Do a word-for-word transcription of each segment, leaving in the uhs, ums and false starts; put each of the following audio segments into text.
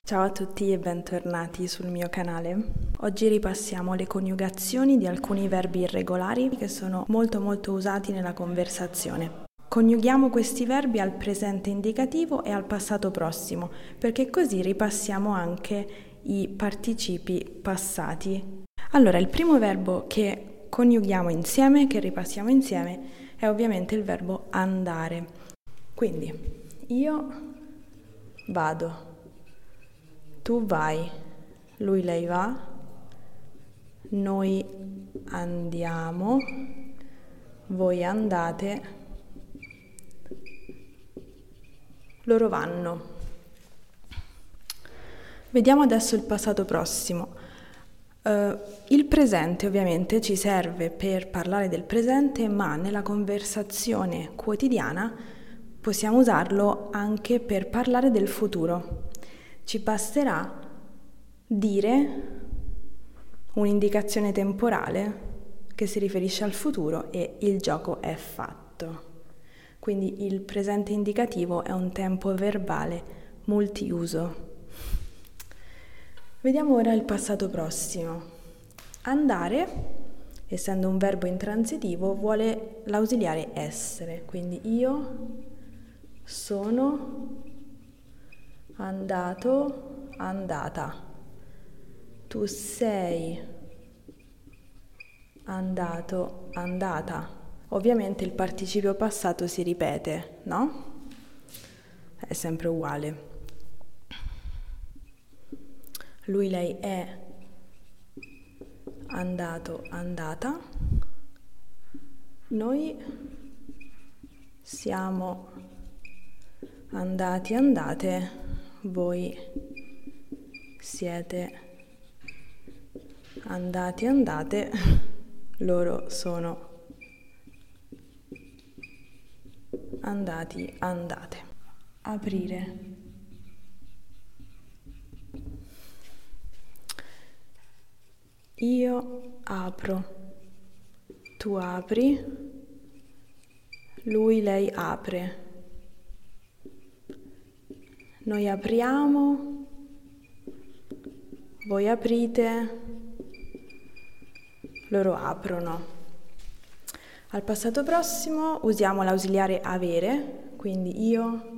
Ciao a tutti e bentornati sul mio canale. Oggi ripassiamo le coniugazioni di alcuni verbi irregolari che sono molto molto usati nella conversazione. Coniughiamo questi verbi al presente indicativo e al passato prossimo, perché così ripassiamo anche i participi passati. Allora, il primo verbo che coniughiamo insieme, che ripassiamo insieme, è ovviamente il verbo andare. Quindi, io vado. Tu vai, lui, lei va, noi andiamo, voi andate, loro vanno. Vediamo adesso il passato prossimo. Uh, il presente ovviamente ci serve per parlare del presente, ma nella conversazione quotidiana possiamo usarlo anche per parlare del futuro. Ci basterà dire un'indicazione temporale che si riferisce al futuro e il gioco è fatto. Quindi il presente indicativo è un tempo verbale multiuso. Vediamo ora il passato prossimo. Andare, essendo un verbo intransitivo, vuole l'ausiliare essere. Quindi io sono andato, andata. Tu sei andato, andata. Ovviamente il participio passato si ripete, no? È sempre uguale. Lui, lei è andato, andata. Noi siamo andati, andate. Voi siete andati, andate, loro sono andati, andate. Aprire. Io apro, tu apri, lui, lei apre. Noi apriamo, voi aprite, loro aprono. Al passato prossimo usiamo l'ausiliare avere, quindi io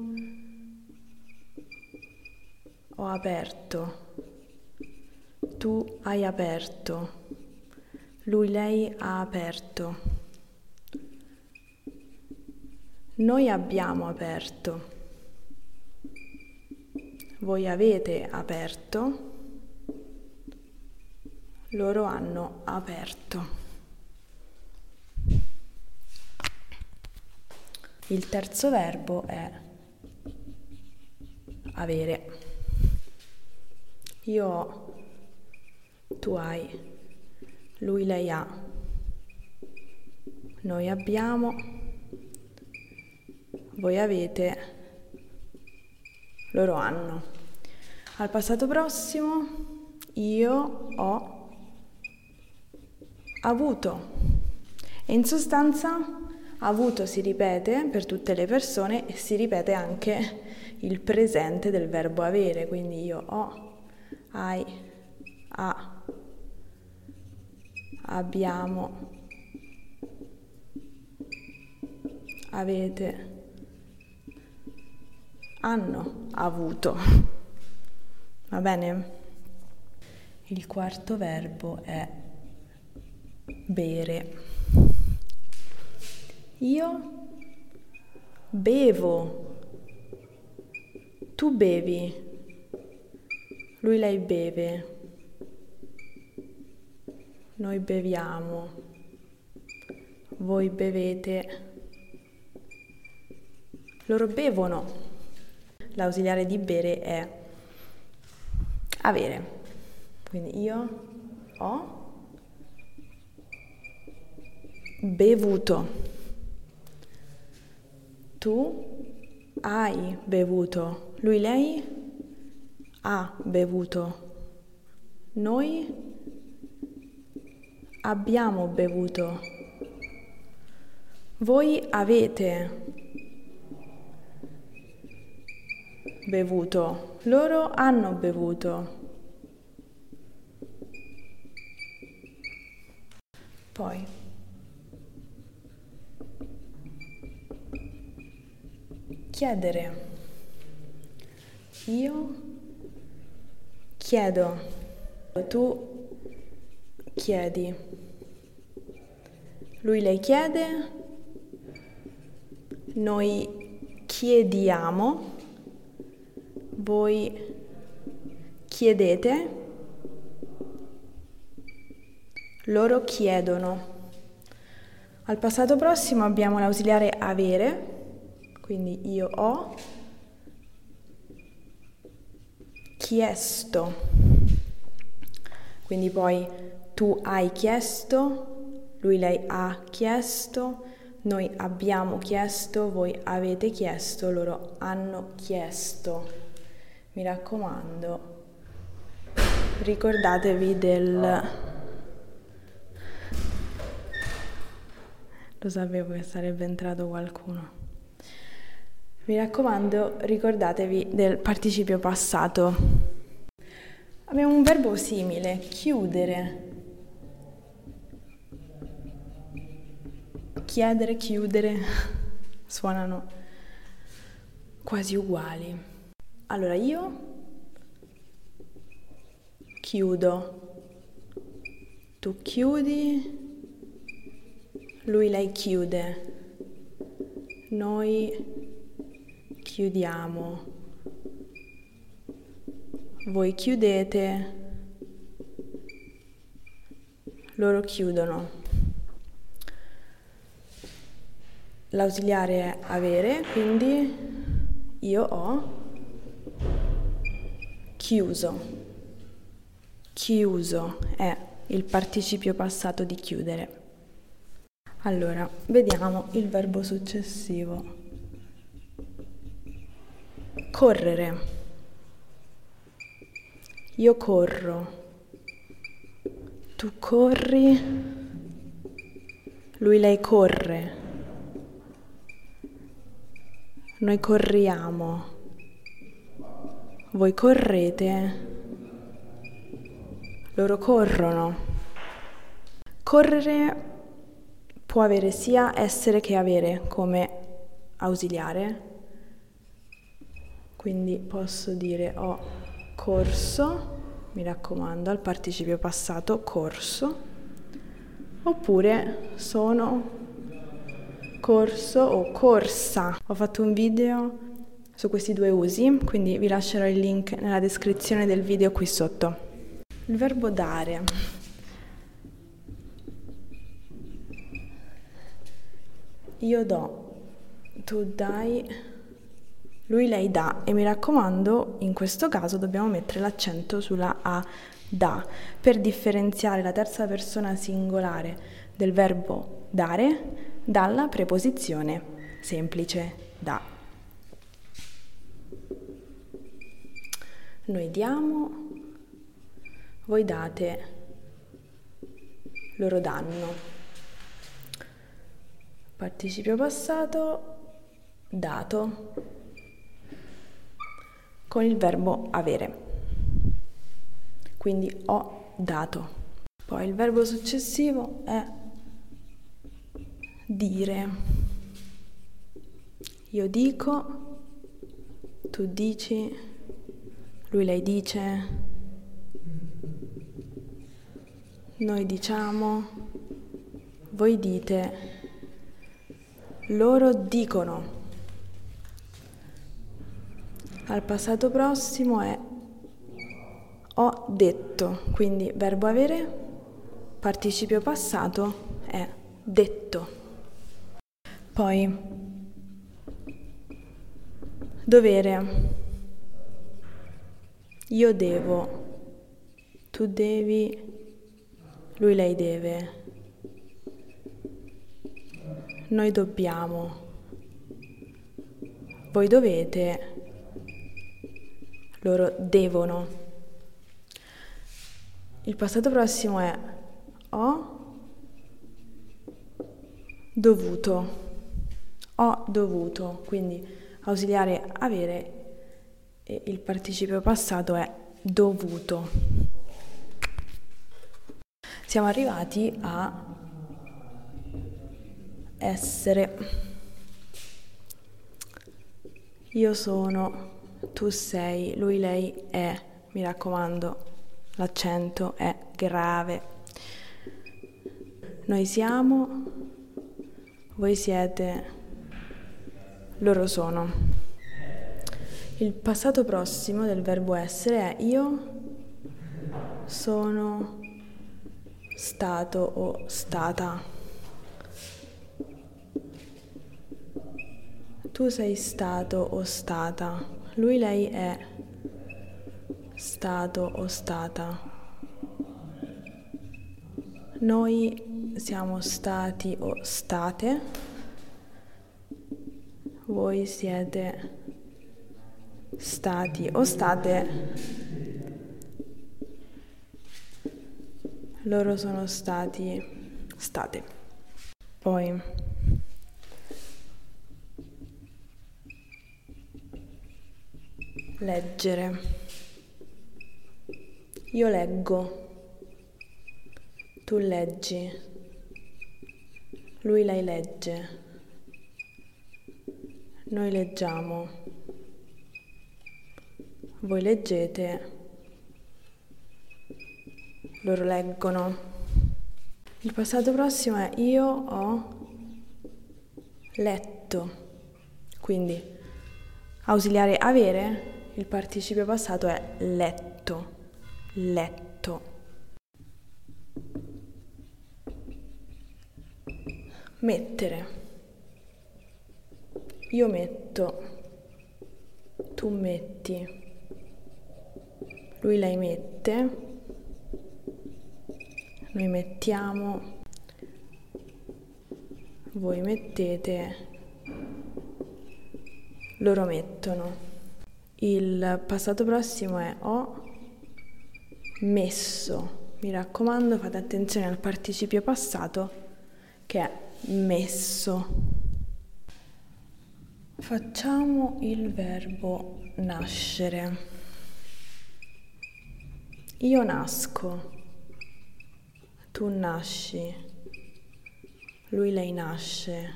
ho aperto, tu hai aperto, lui, lei ha aperto, noi abbiamo aperto. Voi avete aperto, loro hanno aperto. Il terzo verbo è avere. Io ho, tu hai, lui, lei ha, noi abbiamo, voi avete, loro hanno. Al passato prossimo io ho avuto e in sostanza avuto si ripete per tutte le persone e si ripete anche il presente del verbo avere, quindi io ho, hai, ha, abbiamo, avete, hanno avuto. Va bene? Il quarto verbo è bere. Io bevo, tu bevi, lui, lei beve, noi beviamo, voi bevete, loro bevono. L'ausiliare di bere è avere. Quindi io ho bevuto. Tu hai bevuto. Lui, lei ha bevuto. Noi abbiamo bevuto. Voi avete bevuto. Loro hanno bevuto. Poi chiedere. Io chiedo. Tu chiedi. Lui, lei chiede. Noi chiediamo. Voi chiedete. Loro chiedono. Al passato prossimo abbiamo l'ausiliare avere, quindi io ho chiesto, quindi poi tu hai chiesto, lui, lei ha chiesto, noi abbiamo chiesto, voi avete chiesto, loro hanno chiesto. Mi raccomando, ricordatevi del... Lo sapevo che sarebbe entrato qualcuno. Mi raccomando, ricordatevi del participio passato. Abbiamo un verbo simile, chiudere. Chiedere, chiudere, suonano quasi uguali. Allora io chiudo, tu chiudi, lui, lei chiude, noi chiudiamo, voi chiudete, loro chiudono. L'ausiliare è avere, quindi io ho chiuso. Chiuso è il participio passato di chiudere. Allora, vediamo il verbo successivo. Correre. Io corro. Tu corri. Lui, lei corre. Noi corriamo. Voi correte. Loro corrono. Correre può avere sia essere che avere come ausiliare. Quindi posso dire ho corso, mi raccomando, al participio passato corso, oppure sono corso o corsa. Ho fatto un video su questi due usi, quindi vi lascerò il link nella descrizione del video qui sotto. Il verbo dare. Io do, tu dai, lui, lei dà, e mi raccomando, in questo caso dobbiamo mettere l'accento sulla A, da, per differenziare la terza persona singolare del verbo dare dalla preposizione semplice da. Noi diamo, voi date, loro danno. Participio passato, dato, con il verbo avere. Quindi ho dato. Poi il verbo successivo è dire. Io dico, tu dici, lui, lei dice, noi diciamo, voi dite, loro dicono. Al passato prossimo è ho detto, quindi verbo avere, participio passato è detto. Poi dovere. Io devo, tu devi, lui, lei deve. Noi dobbiamo, voi dovete, loro devono. Il passato prossimo è ho dovuto, ho dovuto, quindi ausiliare avere e il participio passato è dovuto. Siamo arrivati a essere. Io sono, tu sei, lui, lei è. Mi raccomando, l'accento è grave. Noi siamo, voi siete, loro sono. Il passato prossimo del verbo essere è io sono stato o stata. Tu sei stato o stata. Lui, lei è stato o stata. Noi siamo stati o state. Voi siete stati o state. Loro sono stati state. Poi leggere. Io leggo. Tu leggi. Lui, lei legge. Noi leggiamo. Voi leggete. Loro leggono. Il passato prossimo è io ho letto. Quindi ausiliare avere, il participio passato è letto. Letto. Mettere. Io metto. Tu metti. Lui, lei mette. Noi mettiamo, voi mettete, loro mettono. Il passato prossimo è ho messo. Mi raccomando, fate attenzione al participio passato che è messo. Facciamo il verbo nascere. Io nasco. Tu nasci, lui, lei nasce,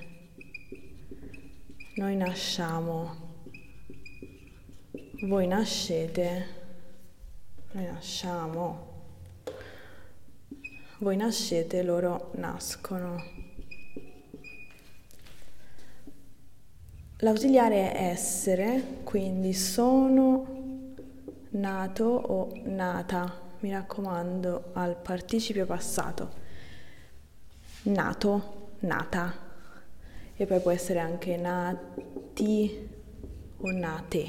noi nasciamo, voi nascete, noi nasciamo, voi nascete, loro nascono. L'ausiliare è essere, quindi sono nato o nata. Mi raccomando al participio passato. Nato, nata. E poi può essere anche nati o nate.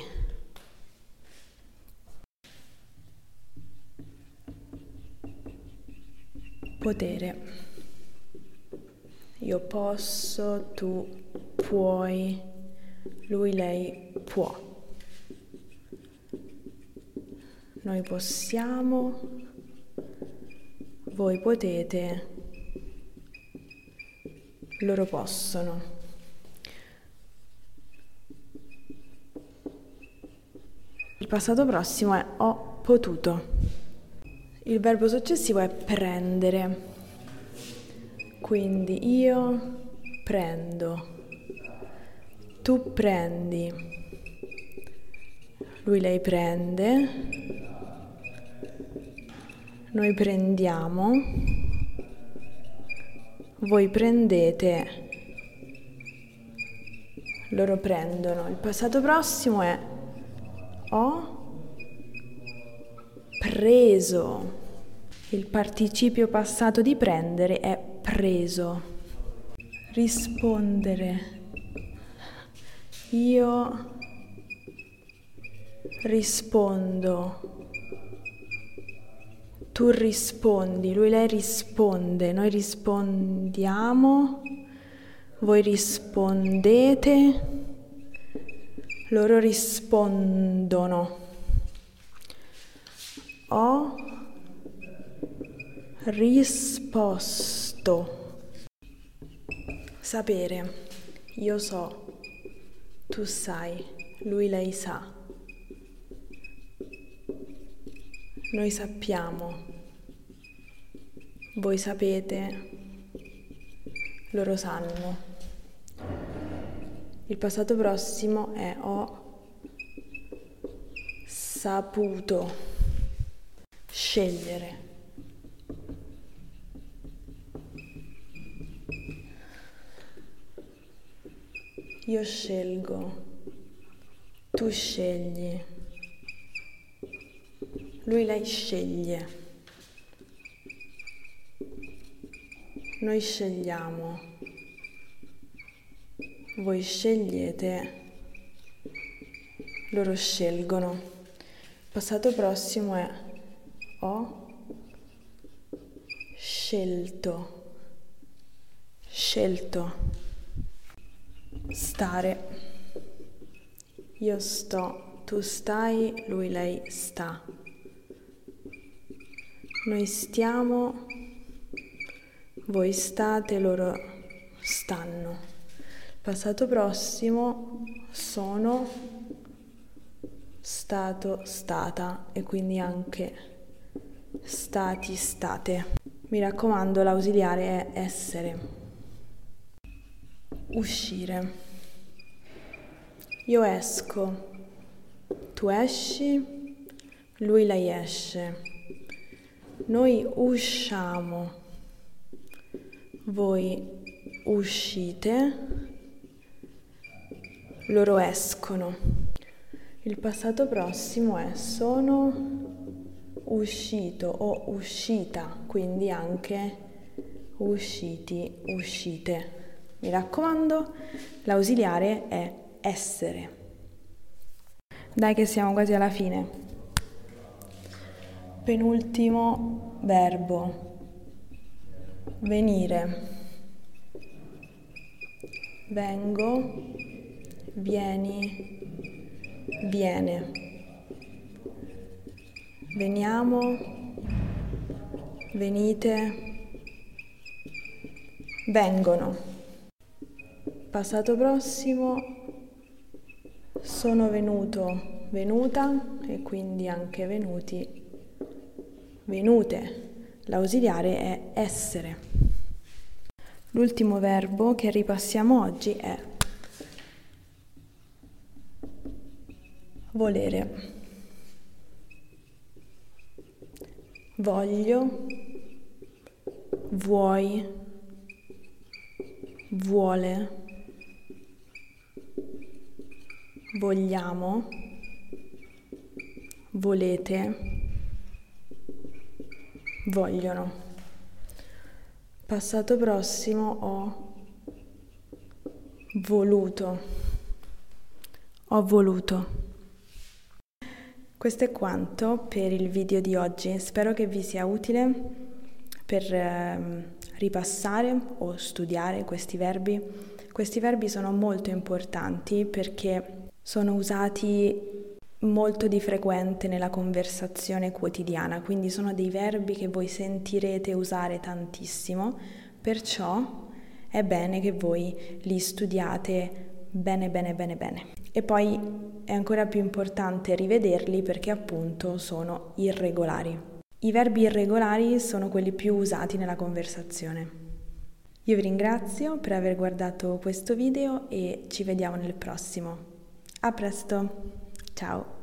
Potere. Io posso, tu puoi, lui, lei può. Noi possiamo, voi potete, loro possono. Il passato prossimo è ho potuto. Il verbo successivo è prendere. Quindi io prendo, tu prendi, lui, lei prende. Noi prendiamo, voi prendete, loro prendono. Il passato prossimo è ho preso. Il participio passato di prendere è preso. Rispondere. Io rispondo. Tu rispondi, lui, lei risponde, noi rispondiamo, voi rispondete, loro rispondono. Ho risposto. Sapere. Io so, tu sai, lui, lei sa. noi sappiamo, voi sapete, loro sanno. Il passato prossimo è ho saputo scegliere. Io scelgo, tu scegli, lui, lei sceglie, noi scegliamo, voi scegliete, loro scelgono. Passato prossimo è ho scelto, scelto. Stare, io sto, tu stai, lui, lei sta. Noi stiamo, voi state, loro stanno. Passato prossimo sono, stato, stata e quindi anche stati, state. Mi raccomando, l'ausiliare è essere. Uscire. Io esco, tu esci, lui, lei esce. Noi usciamo, voi uscite, loro escono. Il passato prossimo è sono uscito o uscita, quindi anche usciti, uscite. Mi raccomando, l'ausiliare è essere. Dai che siamo quasi alla fine. Penultimo verbo. Venire. Vengo, vieni, viene. Veniamo, venite, vengono. Passato prossimo, sono venuto, venuta e quindi anche venuti, venute. L'ausiliare è essere. L'ultimo verbo che ripassiamo oggi è volere. Voglio, vuoi, vuole. Vogliamo, volete, vogliono. Passato prossimo ho voluto, ho voluto. Questo è quanto per il video di oggi. Spero che vi sia utile per eh, ripassare o studiare questi verbi. Questi verbi sono molto importanti perché sono usati molto di frequente nella conversazione quotidiana, quindi sono dei verbi che voi sentirete usare tantissimo, perciò è bene che voi li studiate bene bene bene bene. E poi è ancora più importante rivederli perché appunto sono irregolari. I verbi irregolari sono quelli più usati nella conversazione. Io vi ringrazio per aver guardato questo video e ci vediamo nel prossimo. A presto, ciao!